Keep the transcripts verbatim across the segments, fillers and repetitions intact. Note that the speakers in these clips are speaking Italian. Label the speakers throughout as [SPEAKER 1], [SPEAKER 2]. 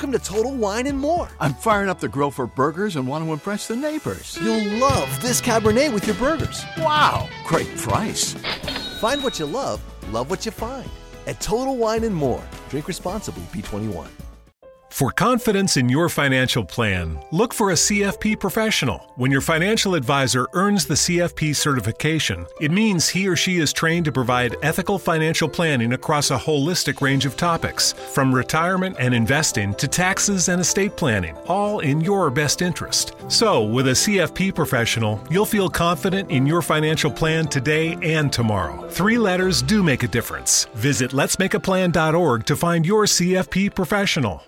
[SPEAKER 1] Welcome to Total Wine and More.
[SPEAKER 2] I'm firing up the grill for burgers and want to impress the neighbors.
[SPEAKER 1] You'll love this Cabernet with your burgers.
[SPEAKER 2] Wow, great price.
[SPEAKER 1] Find what you love, love what you find. At Total Wine and More. Drink responsibly, B twenty-one.
[SPEAKER 3] For confidence in your financial plan, look for a C F P professional. When your financial advisor earns the C F P certification, it means he or she is trained to provide ethical financial planning across a holistic range of topics, from retirement and investing to taxes and estate planning, all in your best interest. So, with a C F P professional, you'll feel confident in your financial plan today and tomorrow. Three letters do make a difference. Visit lets make a plan dot org to find your C F P professional.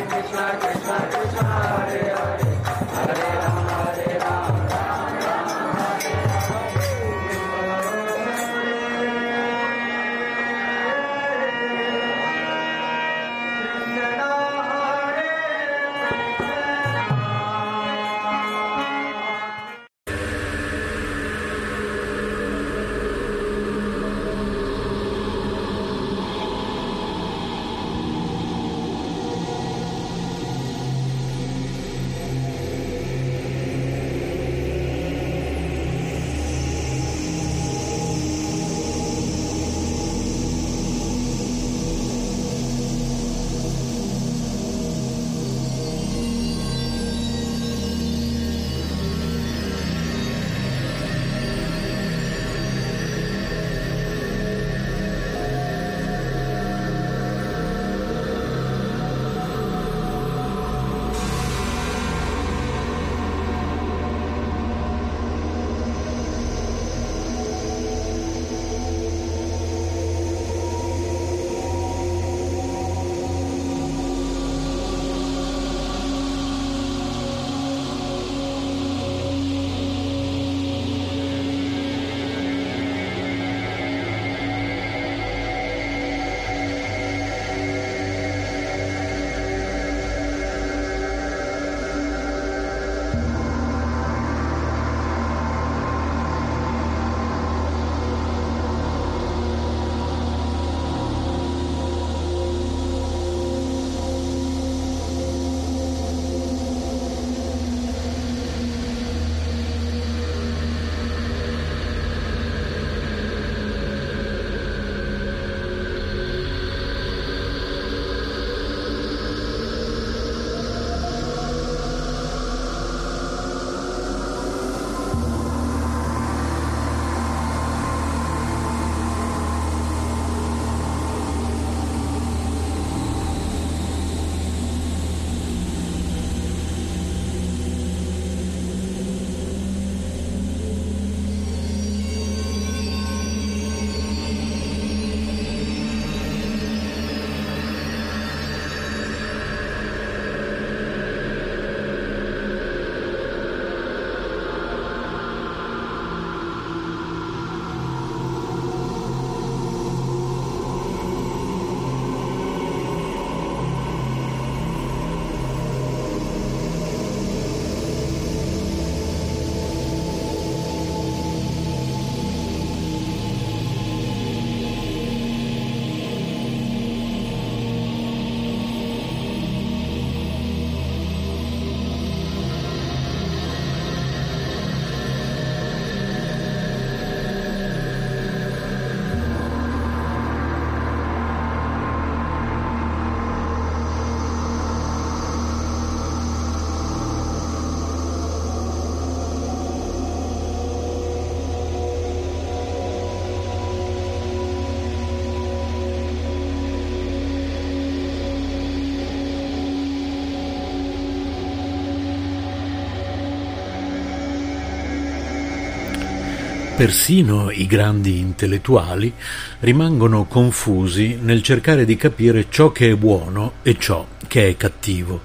[SPEAKER 4] Persino i grandi intellettuali rimangono confusi nel cercare di capire ciò che è buono e ciò che è cattivo,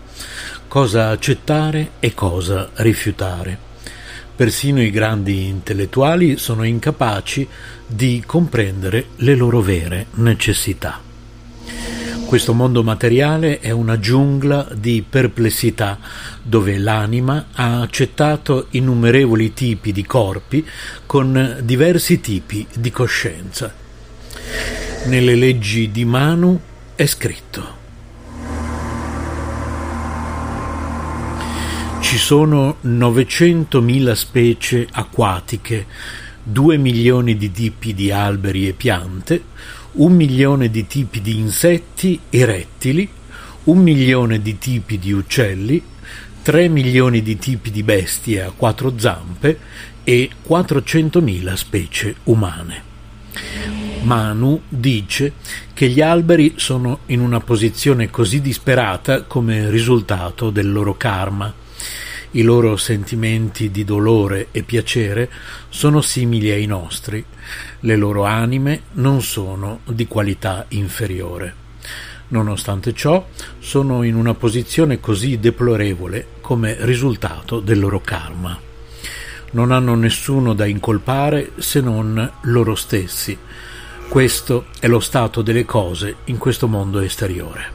[SPEAKER 4] cosa accettare e cosa rifiutare. Persino i grandi intellettuali sono incapaci di comprendere le loro vere necessità. Questo mondo materiale è una giungla di perplessità dove l'anima ha accettato innumerevoli tipi di corpi con diversi tipi di coscienza. Nelle leggi di Manu è scritto: ci sono novecentomila specie acquatiche, due milioni di tipi di alberi e piante, un milione di tipi di insetti e rettili, un milione di tipi di uccelli, tre milioni di tipi di bestie a quattro zampe e quattrocentomila specie umane. Manu dice che gli alberi sono in una posizione così disperata come risultato del loro karma. I loro sentimenti di dolore e piacere sono simili ai nostri. Le loro anime non sono di qualità inferiore. Nonostante ciò, sono in una posizione così deplorevole come risultato del loro karma. Non hanno nessuno da incolpare se non loro stessi. Questo è lo stato delle cose in questo mondo esteriore.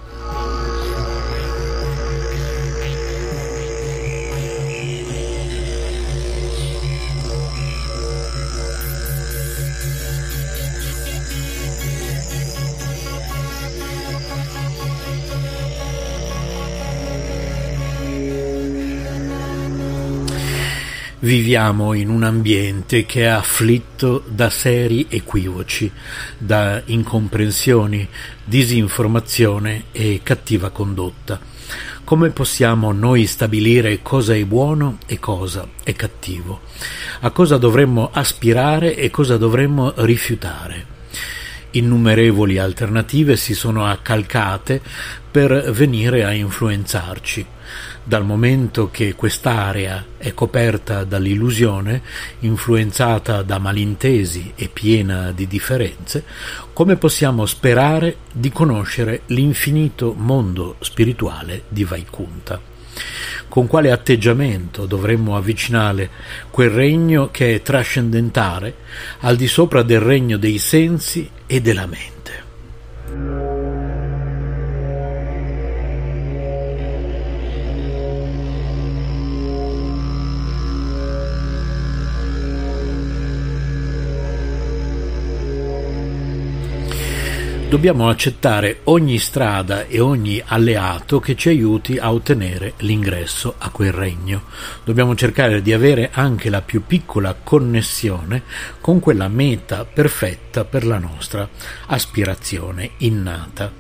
[SPEAKER 4] Viviamo in un ambiente che è afflitto da seri equivoci, da incomprensioni, disinformazione e cattiva condotta. Come possiamo noi stabilire cosa è buono e cosa è cattivo? A cosa dovremmo aspirare e cosa dovremmo rifiutare? Innumerevoli alternative si sono accalcate per venire a influenzarci. Dal momento che quest'area è coperta dall'illusione, influenzata da malintesi e piena di differenze, come possiamo sperare di conoscere l'infinito mondo spirituale di Vaikunta? Con quale atteggiamento dovremmo avvicinare quel regno che è trascendentale, al di sopra del regno dei sensi e della mente? Dobbiamo accettare ogni strada e ogni alleato che ci aiuti a ottenere l'ingresso a quel regno. Dobbiamo cercare di avere anche la più piccola connessione con quella meta perfetta per la nostra aspirazione innata.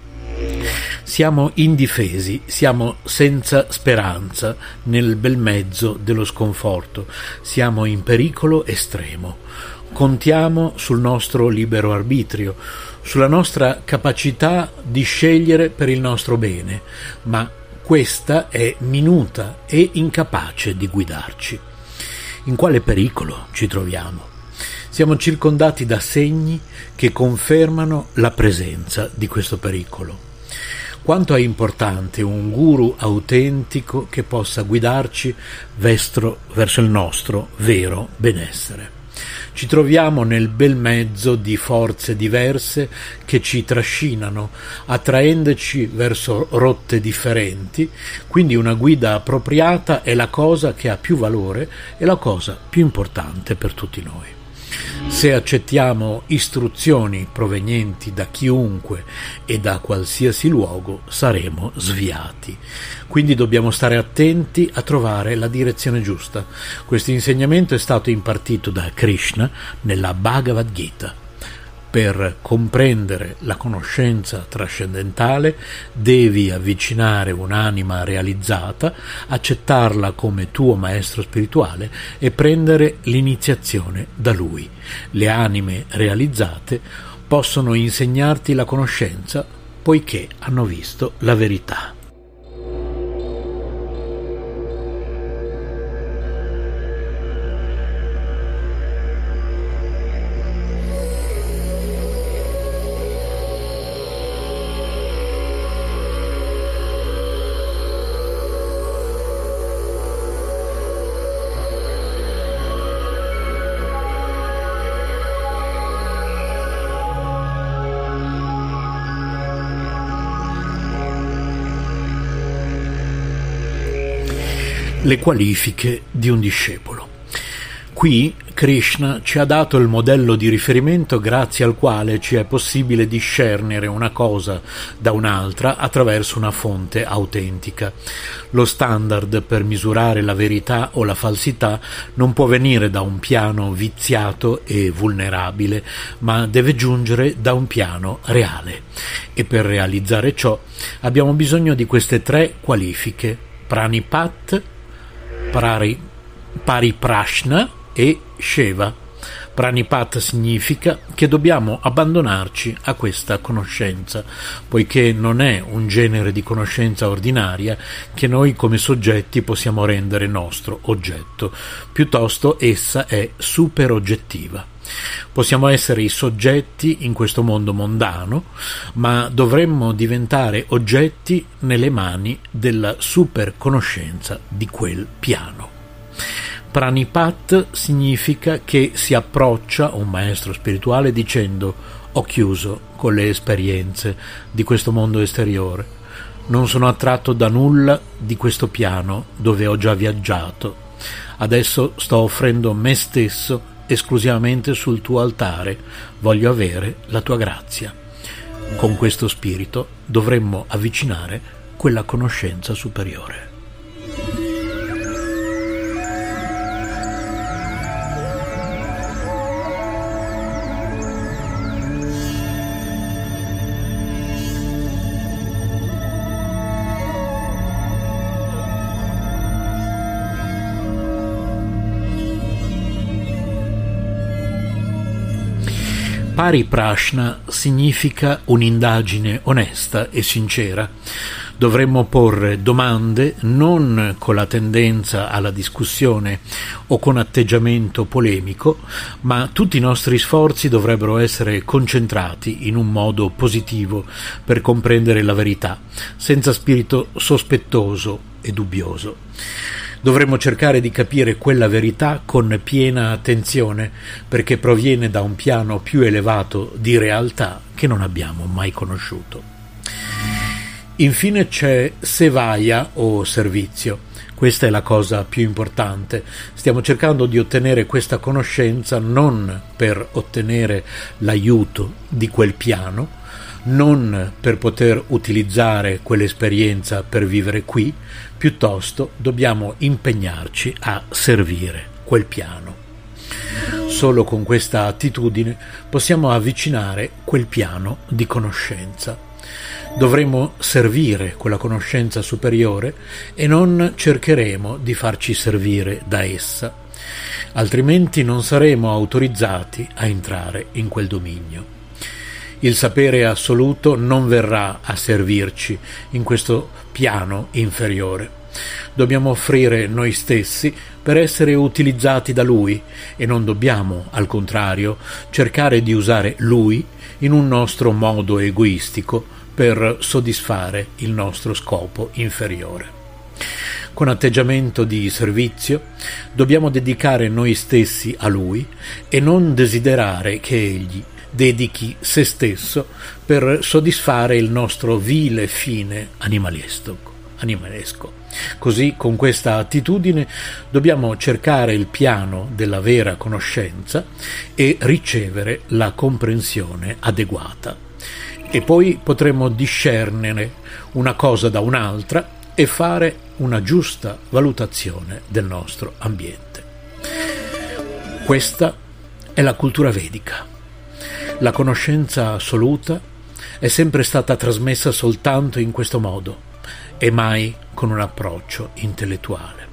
[SPEAKER 4] Siamo indifesi, siamo senza speranza nel bel mezzo dello sconforto, siamo in pericolo estremo. Contiamo sul nostro libero arbitrio, sulla nostra capacità di scegliere per il nostro bene, ma questa è minuta e incapace di guidarci. In quale pericolo ci troviamo? Siamo circondati da segni che confermano la presenza di questo pericolo. Quanto è importante un guru autentico che possa guidarci verso, verso il nostro vero benessere. Ci troviamo nel bel mezzo di forze diverse che ci trascinano, attraendoci verso rotte differenti, quindi una guida appropriata è la cosa che ha più valore e la cosa più importante per tutti noi. Se accettiamo istruzioni provenienti da chiunque e da qualsiasi luogo, saremo sviati. Quindi dobbiamo stare attenti a trovare la direzione giusta. Questo insegnamento è stato impartito da Krishna nella Bhagavad Gita. Per comprendere la conoscenza trascendentale devi avvicinare un'anima realizzata, accettarla come tuo maestro spirituale e prendere l'iniziazione da lui. Le anime realizzate possono insegnarti la conoscenza poiché hanno visto la verità. Le qualifiche di un discepolo. Qui Krishna ci ha dato il modello di riferimento grazie al quale ci è possibile discernere una cosa da un'altra attraverso una fonte autentica. Lo standard per misurare la verità o la falsità non può venire da un piano viziato e vulnerabile, ma deve giungere da un piano reale. E per realizzare ciò abbiamo bisogno di queste tre qualifiche: Pranipat, Pari, Pariprashna e Sheva. Pranipat significa che dobbiamo abbandonarci a questa conoscenza, poiché non è un genere di conoscenza ordinaria che noi come soggetti possiamo rendere nostro oggetto, piuttosto essa è superoggettiva. Possiamo essere i soggetti in questo mondo mondano, ma dovremmo diventare oggetti nelle mani della super conoscenza di quel piano. Pranipat significa che si approccia un maestro spirituale dicendo: ho chiuso con le esperienze di questo mondo esteriore, non sono attratto da nulla di questo piano dove ho già viaggiato, adesso sto offrendo me stesso esclusivamente sul tuo altare, voglio avere la tua grazia. Con questo spirito dovremmo avvicinare quella conoscenza superiore. Pariprashna significa un'indagine onesta e sincera. Dovremmo porre domande non con la tendenza alla discussione o con atteggiamento polemico, ma tutti i nostri sforzi dovrebbero essere concentrati in un modo positivo per comprendere la verità, senza spirito sospettoso e dubbioso. Dovremmo cercare di capire quella verità con piena attenzione, perché proviene da un piano più elevato di realtà che non abbiamo mai conosciuto. Infine c'è Sevaya o servizio. Questa è la cosa più importante. Stiamo cercando di ottenere questa conoscenza non per ottenere l'aiuto di quel piano, non per poter utilizzare quell'esperienza per vivere qui, piuttosto dobbiamo impegnarci a servire quel piano. Solo con questa attitudine possiamo avvicinare quel piano di conoscenza. Dovremo servire quella conoscenza superiore e non cercheremo di farci servire da essa, altrimenti non saremo autorizzati a entrare in quel dominio. Il sapere assoluto non verrà a servirci in questo piano inferiore. Dobbiamo offrire noi stessi per essere utilizzati da Lui e non dobbiamo, al contrario, cercare di usare Lui in un nostro modo egoistico per soddisfare il nostro scopo inferiore. Con atteggiamento di servizio dobbiamo dedicare noi stessi a Lui e non desiderare che Egli dedichi se stesso per soddisfare il nostro vile fine animalesco. animalesco. Così, con questa attitudine, dobbiamo cercare il piano della vera conoscenza e ricevere la comprensione adeguata. E poi potremo discernere una cosa da un'altra e fare una giusta valutazione del nostro ambiente. Questa è la cultura vedica. La conoscenza assoluta è sempre stata trasmessa soltanto in questo modo e mai con un approccio intellettuale.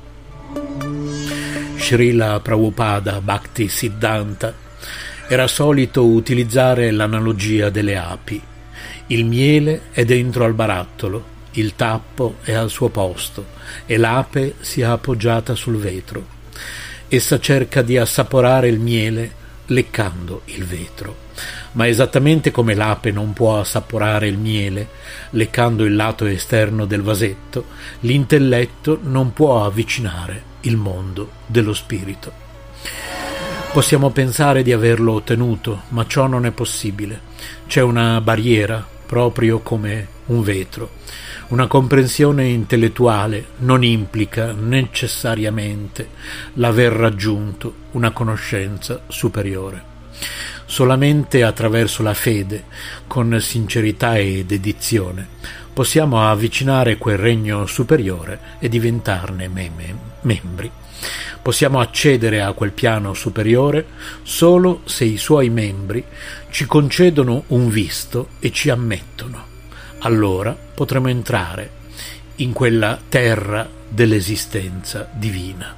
[SPEAKER 4] Srila Prabhupada Bhakti Siddhanta era solito utilizzare l'analogia delle api. Il miele è dentro al barattolo, il tappo è al suo posto e l'ape si è appoggiata sul vetro. Essa cerca di assaporare il miele leccando il vetro. Ma esattamente come l'ape non può assaporare il miele leccando il lato esterno del vasetto, l'intelletto non può avvicinare il mondo dello spirito. Possiamo pensare di averlo ottenuto, ma ciò non è possibile. C'è una barriera, proprio come un vetro. Una comprensione intellettuale non implica necessariamente l'aver raggiunto una conoscenza superiore. Solamente attraverso la fede, con sincerità e dedizione, possiamo avvicinare quel regno superiore e diventarne mem- membri. Possiamo accedere a quel piano superiore solo se i suoi membri ci concedono un visto e ci ammettono. Allora potremo entrare in quella terra dell'esistenza divina.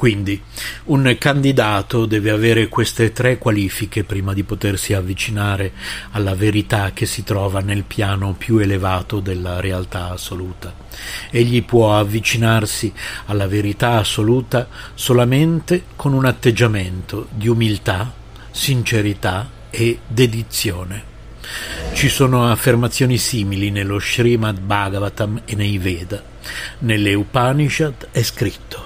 [SPEAKER 4] Quindi un candidato deve avere queste tre qualifiche prima di potersi avvicinare alla verità che si trova nel piano più elevato della realtà assoluta. Egli può avvicinarsi alla verità assoluta solamente con un atteggiamento di umiltà, sincerità e dedizione. Ci sono affermazioni simili nello Srimad Bhagavatam e nei Veda. Nelle Upanishad è scritto: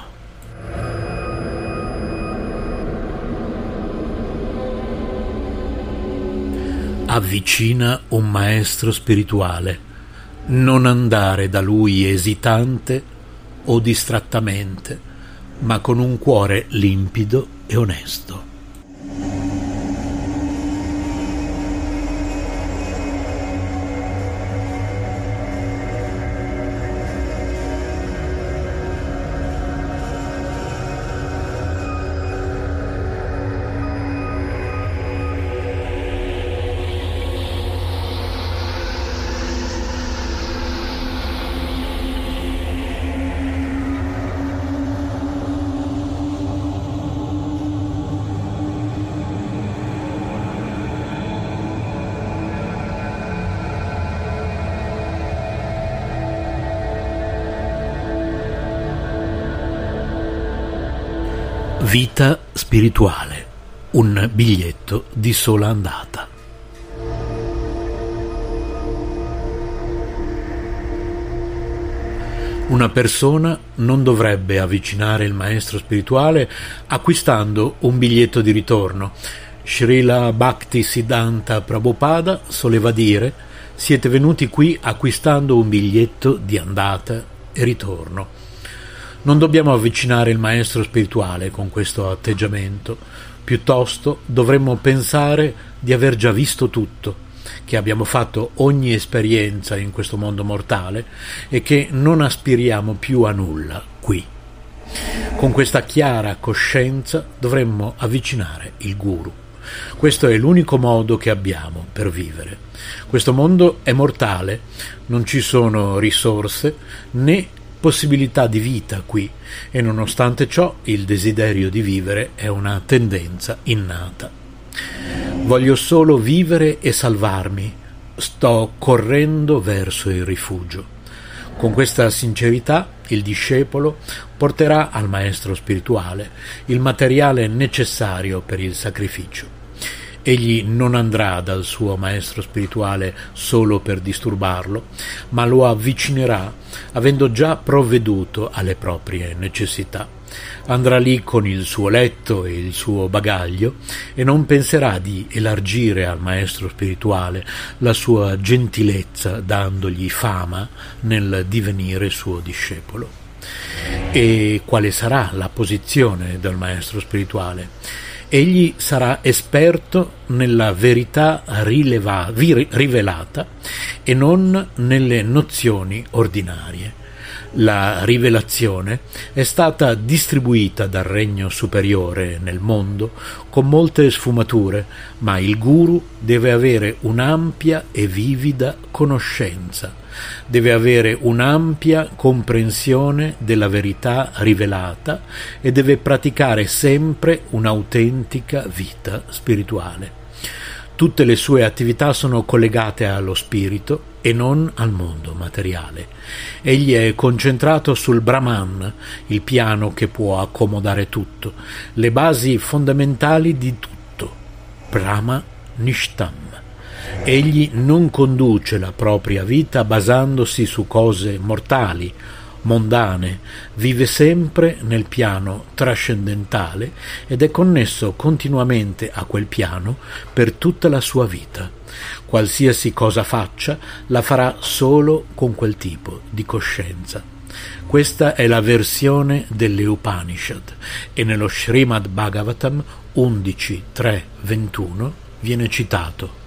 [SPEAKER 4] avvicina un maestro spirituale, non andare da lui esitante o distrattamente, ma con un cuore limpido e onesto. Vita spirituale, un biglietto di sola andata. Una persona non dovrebbe avvicinare il maestro spirituale acquistando un biglietto di ritorno. Srila Bhaktisiddhanta Prabhupada soleva dire: siete venuti qui acquistando un biglietto di andata e ritorno. Non dobbiamo avvicinare il maestro spirituale con questo atteggiamento, piuttosto dovremmo pensare di aver già visto tutto, che abbiamo fatto ogni esperienza in questo mondo mortale e che non aspiriamo più a nulla qui. Con questa chiara coscienza dovremmo avvicinare il Guru. Questo è l'unico modo che abbiamo per vivere. Questo mondo è mortale, non ci sono risorse né possibilità di vita qui, e nonostante ciò il desiderio di vivere è una tendenza innata. Voglio solo vivere e salvarmi, sto correndo verso il rifugio. Con questa sincerità il discepolo porterà al maestro spirituale il materiale necessario per il sacrificio. Egli non andrà dal suo maestro spirituale solo per disturbarlo, ma lo avvicinerà avendo già provveduto alle proprie necessità. Andrà lì con il suo letto e il suo bagaglio e non penserà di elargire al maestro spirituale la sua gentilezza dandogli fama nel divenire suo discepolo. E quale sarà la posizione del maestro spirituale? Egli sarà esperto nella verità rileva, vir, rivelata e non nelle nozioni ordinarie. La rivelazione è stata distribuita dal regno superiore nel mondo con molte sfumature, ma il Guru deve avere un'ampia e vivida conoscenza, deve avere un'ampia comprensione della verità rivelata e deve praticare sempre un'autentica vita spirituale. Tutte le sue attività sono collegate allo spirito e non al mondo materiale. Egli è concentrato sul Brahman, il piano che può accomodare tutto, le basi fondamentali di tutto, Brahma Nishtam. Egli non conduce la propria vita basandosi su cose mortali, mondane, vive sempre nel piano trascendentale ed è connesso continuamente a quel piano per tutta la sua vita. Qualsiasi cosa faccia, la farà solo con quel tipo di coscienza. Questa è la versione delle Upanishad e nello Srimad Bhagavatam undici tre ventuno viene citato: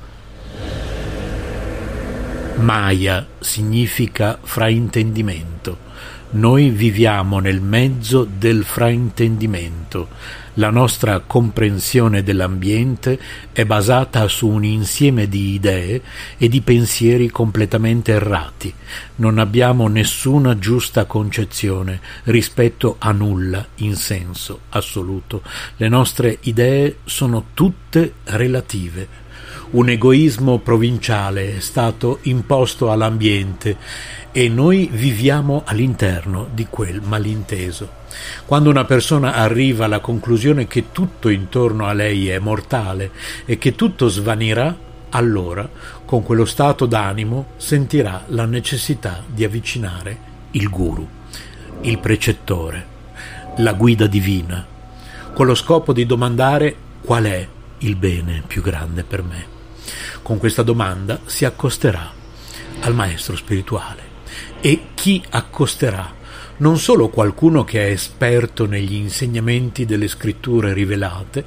[SPEAKER 4] Maya significa fraintendimento, Noi viviamo nel mezzo del fraintendimento. La nostra comprensione dell'ambiente è basata su un insieme di idee e di pensieri completamente errati. Non abbiamo nessuna giusta concezione rispetto a nulla in senso assoluto. Le nostre idee sono tutte relative. Un egoismo provinciale è stato imposto all'ambiente e noi viviamo all'interno di quel malinteso. Quando una persona arriva alla conclusione che tutto intorno a lei è mortale e che tutto svanirà, allora, con quello stato d'animo, sentirà la necessità di avvicinare il guru, il precettore, la guida divina, con lo scopo di domandare qual è il bene più grande per me. Con questa domanda si accosterà al maestro spirituale. E chi accosterà? Non solo qualcuno che è esperto negli insegnamenti delle scritture rivelate,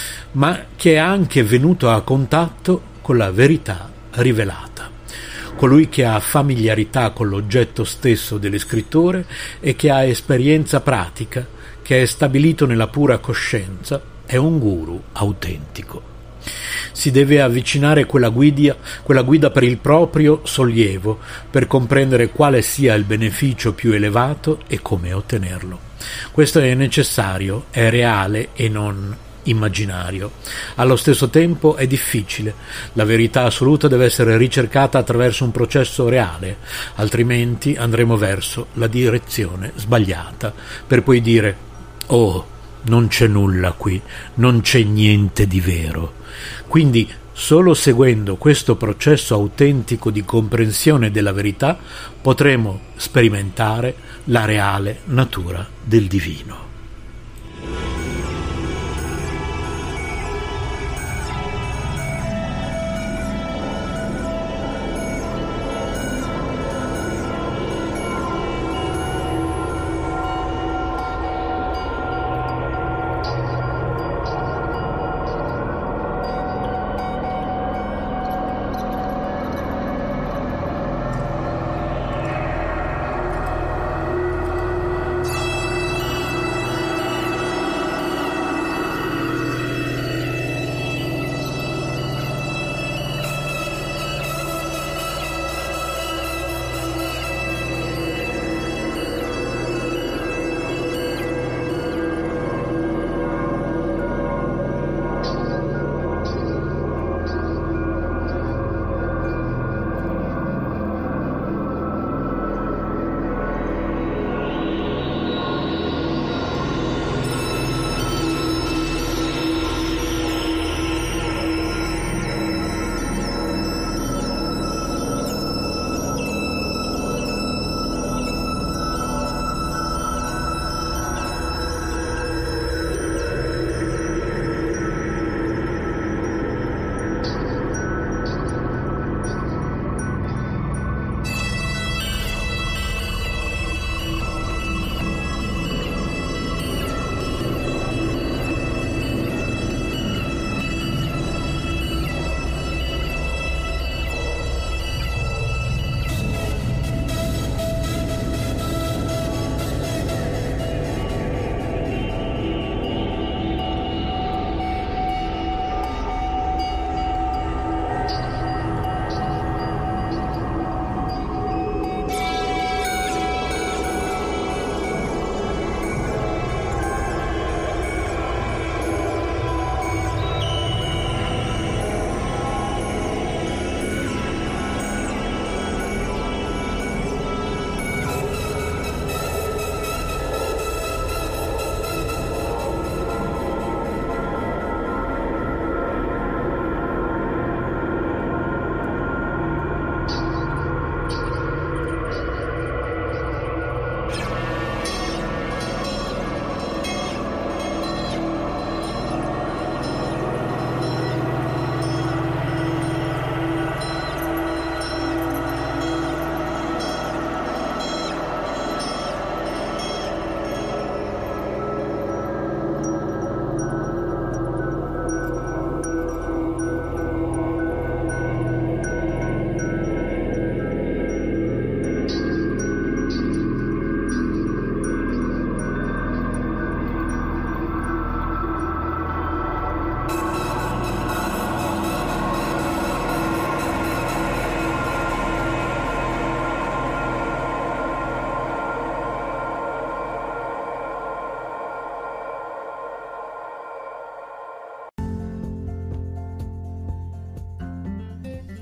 [SPEAKER 4] ma che è anche venuto a contatto con la verità rivelata. Colui che ha familiarità con l'oggetto stesso delle scritture e che ha esperienza pratica, che è stabilito nella pura coscienza, è un guru autentico. Si deve avvicinare quella guida, quella guida per il proprio sollievo, per comprendere quale sia il beneficio più elevato e come ottenerlo. Questo è necessario, è reale e non immaginario. Allo stesso tempo è difficile. La verità assoluta deve essere ricercata attraverso un processo reale, altrimenti andremo verso la direzione sbagliata, per poi dire «Oh, non c'è nulla qui, non c'è niente di vero». Quindi solo seguendo questo processo autentico di comprensione della verità potremo sperimentare la reale natura del divino.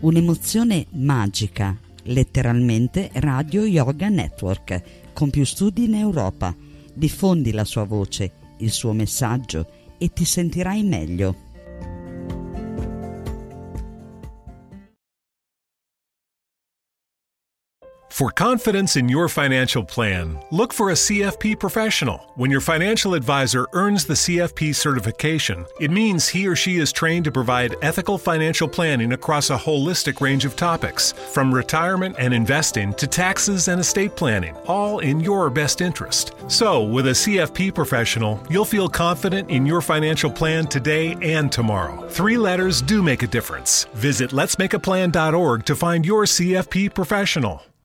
[SPEAKER 5] Un'emozione magica, letteralmente Radio Yoga Network, con più studi in Europa. Diffondi la sua voce, il suo messaggio e ti sentirai meglio.
[SPEAKER 3] For confidence in your financial plan, look for a C F P professional. When your financial advisor earns the C F P certification, it means he or she is trained to provide ethical financial planning across a holistic range of topics, from retirement and investing to taxes and estate planning, all in your best interest. So, with a C F P professional, you'll feel confident in your financial plan today and tomorrow. Three letters do make a difference. Visit lets make a plan dot org to find your C F P professional.